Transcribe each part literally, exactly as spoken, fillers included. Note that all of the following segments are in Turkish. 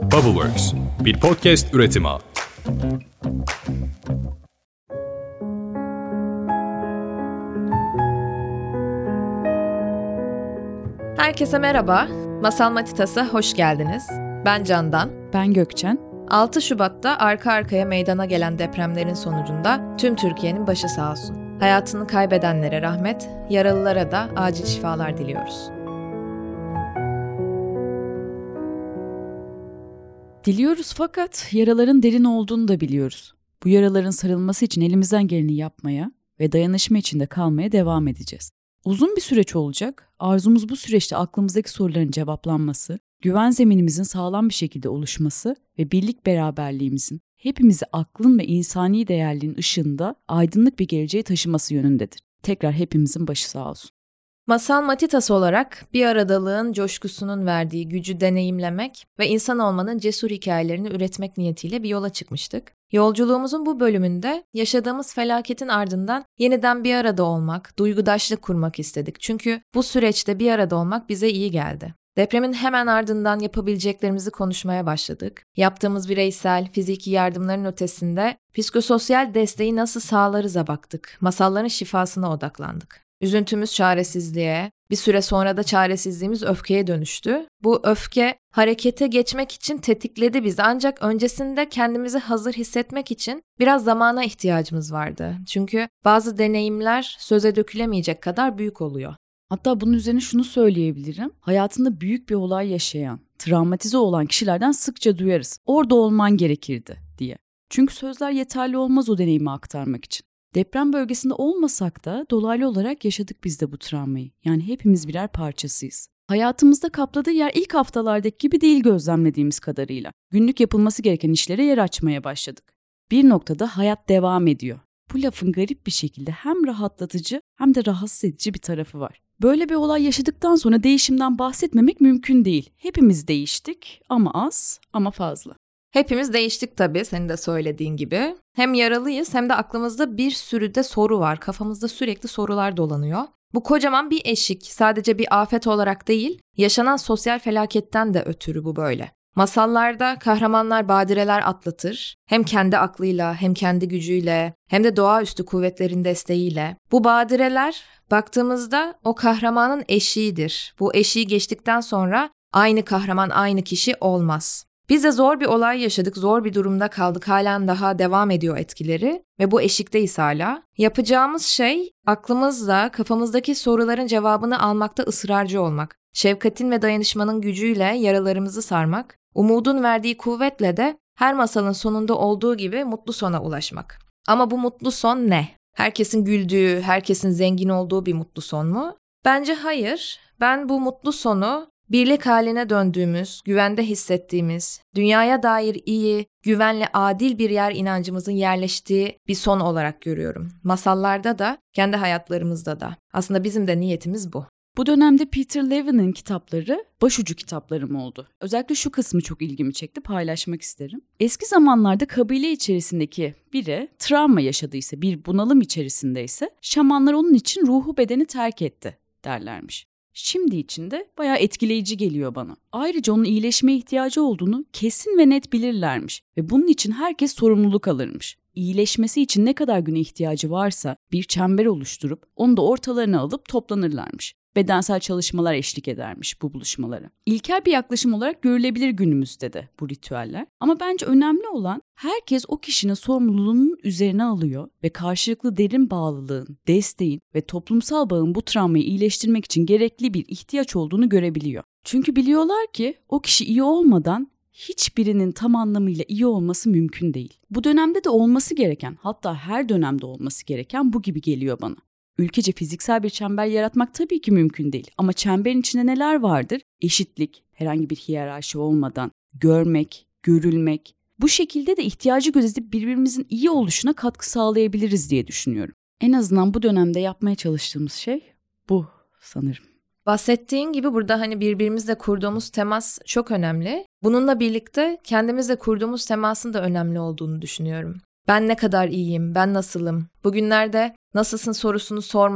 Bubbleworks, bir podcast üretimi. Herkese merhaba, Masal Matitas'a hoş geldiniz. Ben Candan. Ben Gökçen. altı Şubat'ta arka arkaya meydana gelen depremlerin sonucunda tüm Türkiye'nin başı sağ olsun. Hayatını kaybedenlere rahmet, yaralılara da acil şifalar diliyoruz. Diliyoruz fakat yaraların derin olduğunu da biliyoruz. Bu yaraların sarılması için elimizden geleni yapmaya ve dayanışma içinde kalmaya devam edeceğiz. Uzun bir süreç olacak. Arzumuz bu süreçte aklımızdaki soruların cevaplanması, güven zeminimizin sağlam bir şekilde oluşması ve birlik beraberliğimizin hepimizi aklın ve insani değerliğin ışığında aydınlık bir geleceğe taşıması yönündedir. Tekrar hepimizin başı sağ olsun. Masal Matitas olarak bir aradalığın coşkusunun verdiği gücü deneyimlemek ve insan olmanın cesur hikayelerini üretmek niyetiyle bir yola çıkmıştık. Yolculuğumuzun bu bölümünde yaşadığımız felaketin ardından yeniden bir arada olmak, duygudaşlık kurmak istedik. Çünkü bu süreçte bir arada olmak bize iyi geldi. Depremin hemen ardından yapabileceklerimizi konuşmaya başladık. Yaptığımız bireysel, fiziki yardımların ötesinde psikososyal desteği nasıl sağlarız'a baktık. Masalların şifasına odaklandık. Üzüntümüz çaresizliğe, bir süre sonra da çaresizliğimiz öfkeye dönüştü. Bu öfke harekete geçmek için tetikledi bizi, ancak öncesinde kendimizi hazır hissetmek için biraz zamana ihtiyacımız vardı. Çünkü bazı deneyimler söze dökülemeyecek kadar büyük oluyor. Hatta bunun üzerine şunu söyleyebilirim. Hayatında büyük bir olay yaşayan, travmatize olan kişilerden sıkça duyarız. Orada olman gerekirdi diye. Çünkü sözler yeterli olmaz o deneyimi aktarmak için. Deprem bölgesinde olmasak da dolaylı olarak yaşadık biz de bu travmayı. Yani hepimiz birer parçasıyız. Hayatımızda kapladığı yer ilk haftalardaki gibi değil gözlemlediğimiz kadarıyla. Günlük yapılması gereken işlere yer açmaya başladık. Bir noktada hayat devam ediyor. Bu lafın garip bir şekilde hem rahatlatıcı hem de rahatsız edici bir tarafı var. Böyle bir olay yaşadıktan sonra değişimden bahsetmemek mümkün değil. Hepimiz değiştik ama az ama fazla. Hepimiz değiştik tabii, senin de söylediğin gibi. Hem yaralıyız hem de aklımızda bir sürü de soru var. Kafamızda sürekli sorular dolanıyor. Bu kocaman bir eşik, sadece bir afet olarak değil, yaşanan sosyal felaketten de ötürü bu böyle. Masallarda kahramanlar badireler atlatır. Hem kendi aklıyla, hem kendi gücüyle, hem de doğaüstü kuvvetlerin desteğiyle. Bu badireler baktığımızda o kahramanın eşiğidir. Bu eşiği geçtikten sonra aynı kahraman, aynı kişi olmaz. Biz de zor bir olay yaşadık, zor bir durumda kaldık, halen daha devam ediyor etkileri ve bu eşikteyiz hala. Yapacağımız şey aklımızla kafamızdaki soruların cevabını almakta ısrarcı olmak. Şefkatin ve dayanışmanın gücüyle yaralarımızı sarmak, umudun verdiği kuvvetle de her masalın sonunda olduğu gibi mutlu sona ulaşmak. Ama bu mutlu son ne? Herkesin güldüğü, herkesin zengin olduğu bir mutlu son mu? Bence hayır. Ben bu mutlu sonu birlik haline döndüğümüz, güvende hissettiğimiz, dünyaya dair iyi, güvenli, adil bir yer inancımızın yerleştiği bir son olarak görüyorum. Masallarda da, kendi hayatlarımızda da. Aslında bizim de niyetimiz bu. Bu dönemde Peter Levin'in kitapları başucu kitaplarım oldu. Özellikle şu kısmı çok ilgimi çekti, paylaşmak isterim. Eski zamanlarda kabile içerisindeki biri travma yaşadıysa, bir bunalım içerisindeyse, şamanlar onun için ruhu bedeni terk etti derlermiş. Şimdi için de bayağı etkileyici geliyor bana. Ayrıca onun iyileşmeye ihtiyacı olduğunu kesin ve net bilirlermiş ve bunun için herkes sorumluluk alırmış. İyileşmesi için ne kadar güne ihtiyacı varsa bir çember oluşturup onu da ortalarına alıp toplanırlarmış. Bedensel çalışmalar eşlik edermiş bu buluşmalara. İlkel bir yaklaşım olarak görülebilir günümüzde de bu ritüeller. Ama bence önemli olan herkes o kişinin sorumluluğunun üzerine alıyor ve karşılıklı derin bağlılığın, desteğin ve toplumsal bağın bu travmayı iyileştirmek için gerekli bir ihtiyaç olduğunu görebiliyor. Çünkü biliyorlar ki o kişi iyi olmadan hiçbirinin tam anlamıyla iyi olması mümkün değil. Bu dönemde de olması gereken, hatta her dönemde olması gereken bu gibi geliyor bana. Ülkece fiziksel bir çember yaratmak tabii ki mümkün değil ama çemberin içinde neler vardır? Eşitlik, herhangi bir hiyerarşi olmadan, görmek, görülmek. Bu şekilde de ihtiyacı gözetip birbirimizin iyi oluşuna katkı sağlayabiliriz diye düşünüyorum. En azından bu dönemde yapmaya çalıştığımız şey bu sanırım. Bahsettiğin gibi burada hani birbirimizle kurduğumuz temas çok önemli. Bununla birlikte kendimizle kurduğumuz temasın da önemli olduğunu düşünüyorum. Ben ne kadar iyiyim, ben nasılım? Bugünlerde nasılsın sorusunu sormak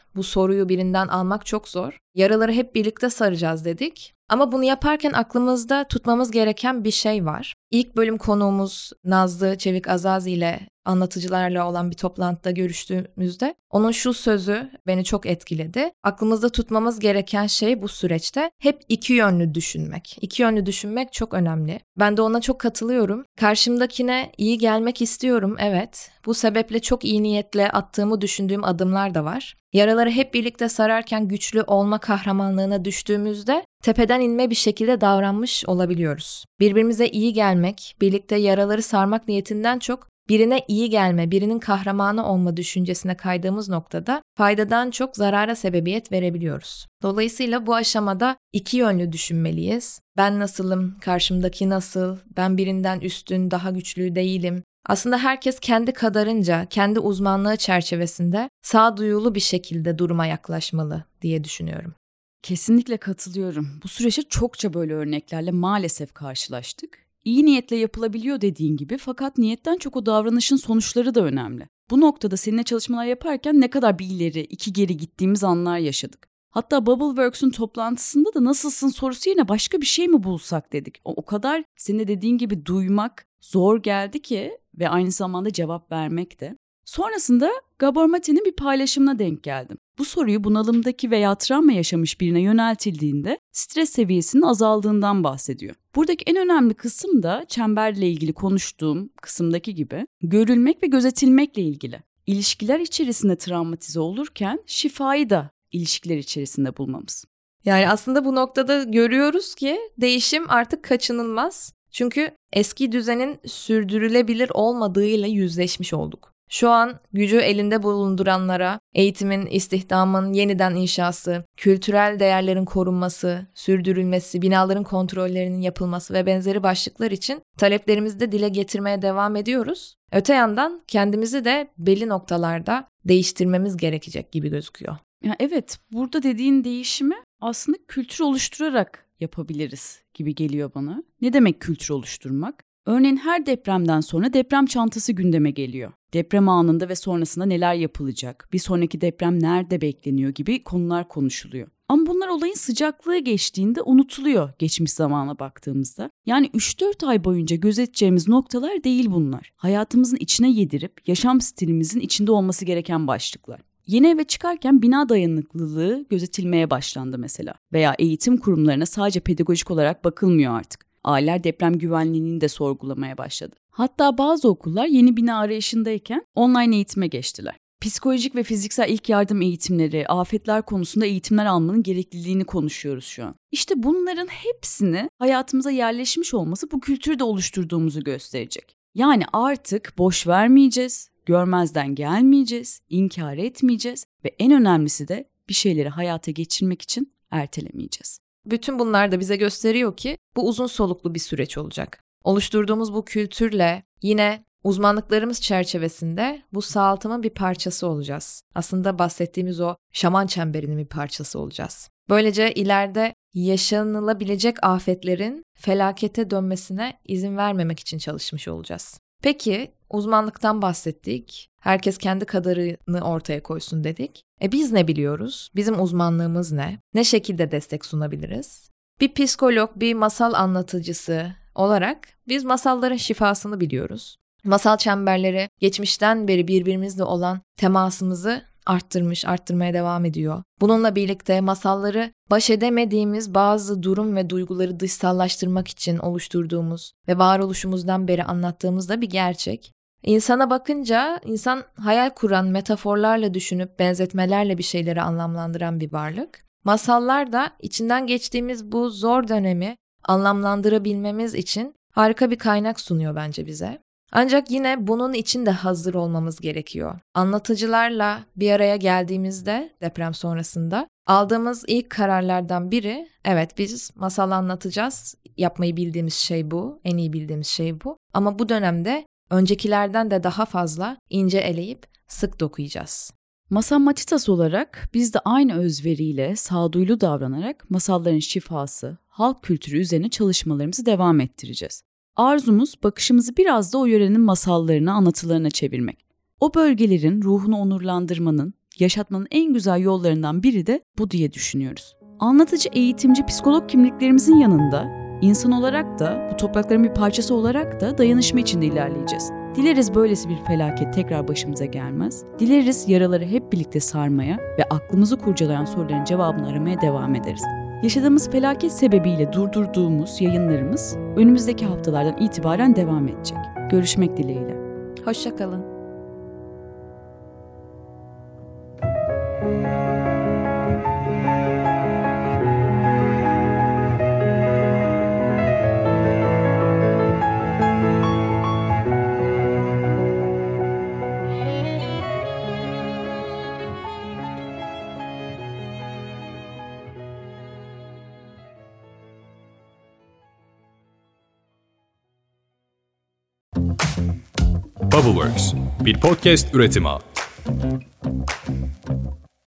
bu soruyu birinden almak çok zor. Yaraları hep birlikte saracağız dedik. Ama bunu yaparken aklımızda tutmamız gereken bir şey var. İlk bölüm konuğumuz Nazlı Çevik Azazi ile anlatıcılarla olan bir toplantıda görüştüğümüzde onun şu sözü beni çok etkiledi. Aklımızda tutmamız gereken şey bu süreçte hep iki yönlü düşünmek. İki yönlü düşünmek çok önemli. Ben de ona çok katılıyorum. Karşımdakine iyi gelmek istiyorum, evet. Bu sebeple çok iyi niyetle attığımı düşündüğüm adımlar da var. Yaraları hep birlikte sararken güçlü olma kahramanlığına düştüğümüzde tepeden inme bir şekilde davranmış olabiliyoruz. Birbirimize iyi gelmek, birlikte yaraları sarmak niyetinden çok birine iyi gelme, birinin kahramanı olma düşüncesine kaydığımız noktada faydadan çok zarara sebebiyet verebiliyoruz. Dolayısıyla bu aşamada iki yönlü düşünmeliyiz. Ben nasılım, karşımdaki nasıl, ben birinden üstün, daha güçlü değilim. Aslında herkes kendi kadarınca, kendi uzmanlığı çerçevesinde sağduyulu bir şekilde duruma yaklaşmalı diye düşünüyorum. Kesinlikle katılıyorum. Bu süreçte çokça böyle örneklerle maalesef karşılaştık. İyi niyetle yapılabiliyor dediğin gibi, fakat niyetten çok o davranışın sonuçları da önemli. Bu noktada seninle çalışmalar yaparken ne kadar bir ileri, iki geri gittiğimiz anlar yaşadık. Hatta Bubbleworks'un toplantısında da nasılsın sorusu yerine başka bir şey mi bulsak dedik. O, o kadar senin de dediğin gibi duymak zor geldi ki ve aynı zamanda cevap vermek de. Sonrasında Gabor Mate'nin bir paylaşımına denk geldim. Bu soruyu bunalımdaki veya travma yaşamış birine yöneltildiğinde stres seviyesinin azaldığından bahsediyor. Buradaki en önemli kısım da çemberle ilgili konuştuğum kısımdaki gibi görülmek ve gözetilmekle ilgili. İlişkiler içerisinde travmatize olurken şifayı da ilişkiler içerisinde bulmamız. Yani aslında bu noktada görüyoruz ki değişim artık kaçınılmaz. Çünkü eski düzenin sürdürülebilir olmadığıyla yüzleşmiş olduk. Şu an gücü elinde bulunduranlara eğitimin, istihdamın yeniden inşası, kültürel değerlerin korunması, sürdürülmesi, binaların kontrollerinin yapılması ve benzeri başlıklar için taleplerimizi de dile getirmeye devam ediyoruz. Öte yandan kendimizi de belli noktalarda değiştirmemiz gerekecek gibi gözüküyor. Ya evet, burada dediğin değişimi aslında kültür oluşturarak yapabiliriz gibi geliyor bana. Ne demek kültür oluşturmak? Örneğin her depremden sonra deprem çantası gündeme geliyor. Deprem anında ve sonrasında neler yapılacak, bir sonraki deprem nerede bekleniyor gibi konular konuşuluyor. Ama bunlar olayın sıcaklığı geçtiğinde unutuluyor geçmiş zamana baktığımızda. Yani üç dört ay boyunca gözeteceğimiz noktalar değil bunlar. Hayatımızın içine yedirip yaşam stilimizin içinde olması gereken başlıklar. Yeni eve çıkarken bina dayanıklılığı gözetilmeye başlandı mesela. Veya eğitim kurumlarına sadece pedagojik olarak bakılmıyor artık. Aileler deprem güvenliğini de sorgulamaya başladı. Hatta bazı okullar yeni bina arayışındayken online eğitime geçtiler. Psikolojik ve fiziksel ilk yardım eğitimleri, afetler konusunda eğitimler almanın gerekliliğini konuşuyoruz şu an. İşte bunların hepsini hayatımıza yerleşmiş olması bu kültürü de oluşturduğumuzu gösterecek. Yani artık boş vermeyeceğiz, görmezden gelmeyeceğiz, inkar etmeyeceğiz ve en önemlisi de bir şeyleri hayata geçirmek için ertelemeyeceğiz. Bütün bunlar da bize gösteriyor ki bu uzun soluklu bir süreç olacak. Oluşturduğumuz bu kültürle yine uzmanlıklarımız çerçevesinde bu sağaltımın bir parçası olacağız. Aslında bahsettiğimiz o şaman çemberinin bir parçası olacağız. Böylece ileride yaşanılabilecek afetlerin felakete dönmesine izin vermemek için çalışmış olacağız. Peki uzmanlıktan bahsettik. Herkes kendi kadarını ortaya koysun dedik. E biz ne biliyoruz? Bizim uzmanlığımız ne? Ne şekilde destek sunabiliriz? Bir psikolog, bir masal anlatıcısı olarak biz masalların şifasını biliyoruz. Masal çemberleri geçmişten beri birbirimizle olan temasımızı arttırmış, arttırmaya devam ediyor. Bununla birlikte masalları baş edemediğimiz bazı durum ve duyguları dışsallaştırmak için oluşturduğumuz ve varoluşumuzdan beri anlattığımız da bir gerçek. İnsana bakınca insan hayal kuran, metaforlarla düşünüp benzetmelerle bir şeyleri anlamlandıran bir varlık. Masallar da içinden geçtiğimiz bu zor dönemi anlamlandırabilmemiz için harika bir kaynak sunuyor bence bize. Ancak yine bunun için de hazır olmamız gerekiyor. Anlatıcılarla bir araya geldiğimizde deprem sonrasında aldığımız ilk kararlardan biri, evet biz masal anlatacağız, yapmayı bildiğimiz şey bu, en iyi bildiğimiz şey bu. Ama bu dönemde öncekilerden de daha fazla ince eleyip sık dokuyacağız. Masal Matitas olarak biz de aynı özveriyle sağduyulu davranarak masalların şifası, halk kültürü üzerine çalışmalarımızı devam ettireceğiz. Arzumuz bakışımızı biraz da o yörenin masallarına, anlatılarına çevirmek. O bölgelerin ruhunu onurlandırmanın, yaşatmanın en güzel yollarından biri de bu diye düşünüyoruz. Anlatıcı, eğitimci, psikolog kimliklerimizin yanında insan olarak da, bu toprakların bir parçası olarak da dayanışma içinde ilerleyeceğiz. Dileriz böylesi bir felaket tekrar başımıza gelmez. Dileriz yaraları hep birlikte sarmaya ve aklımızı kurcalayan soruların cevabını aramaya devam ederiz. Yaşadığımız felaket sebebiyle durdurduğumuz yayınlarımız önümüzdeki haftalardan itibaren devam edecek. Görüşmek dileğiyle. Hoşça kalın. Bubbleworks bir podcast üretimi.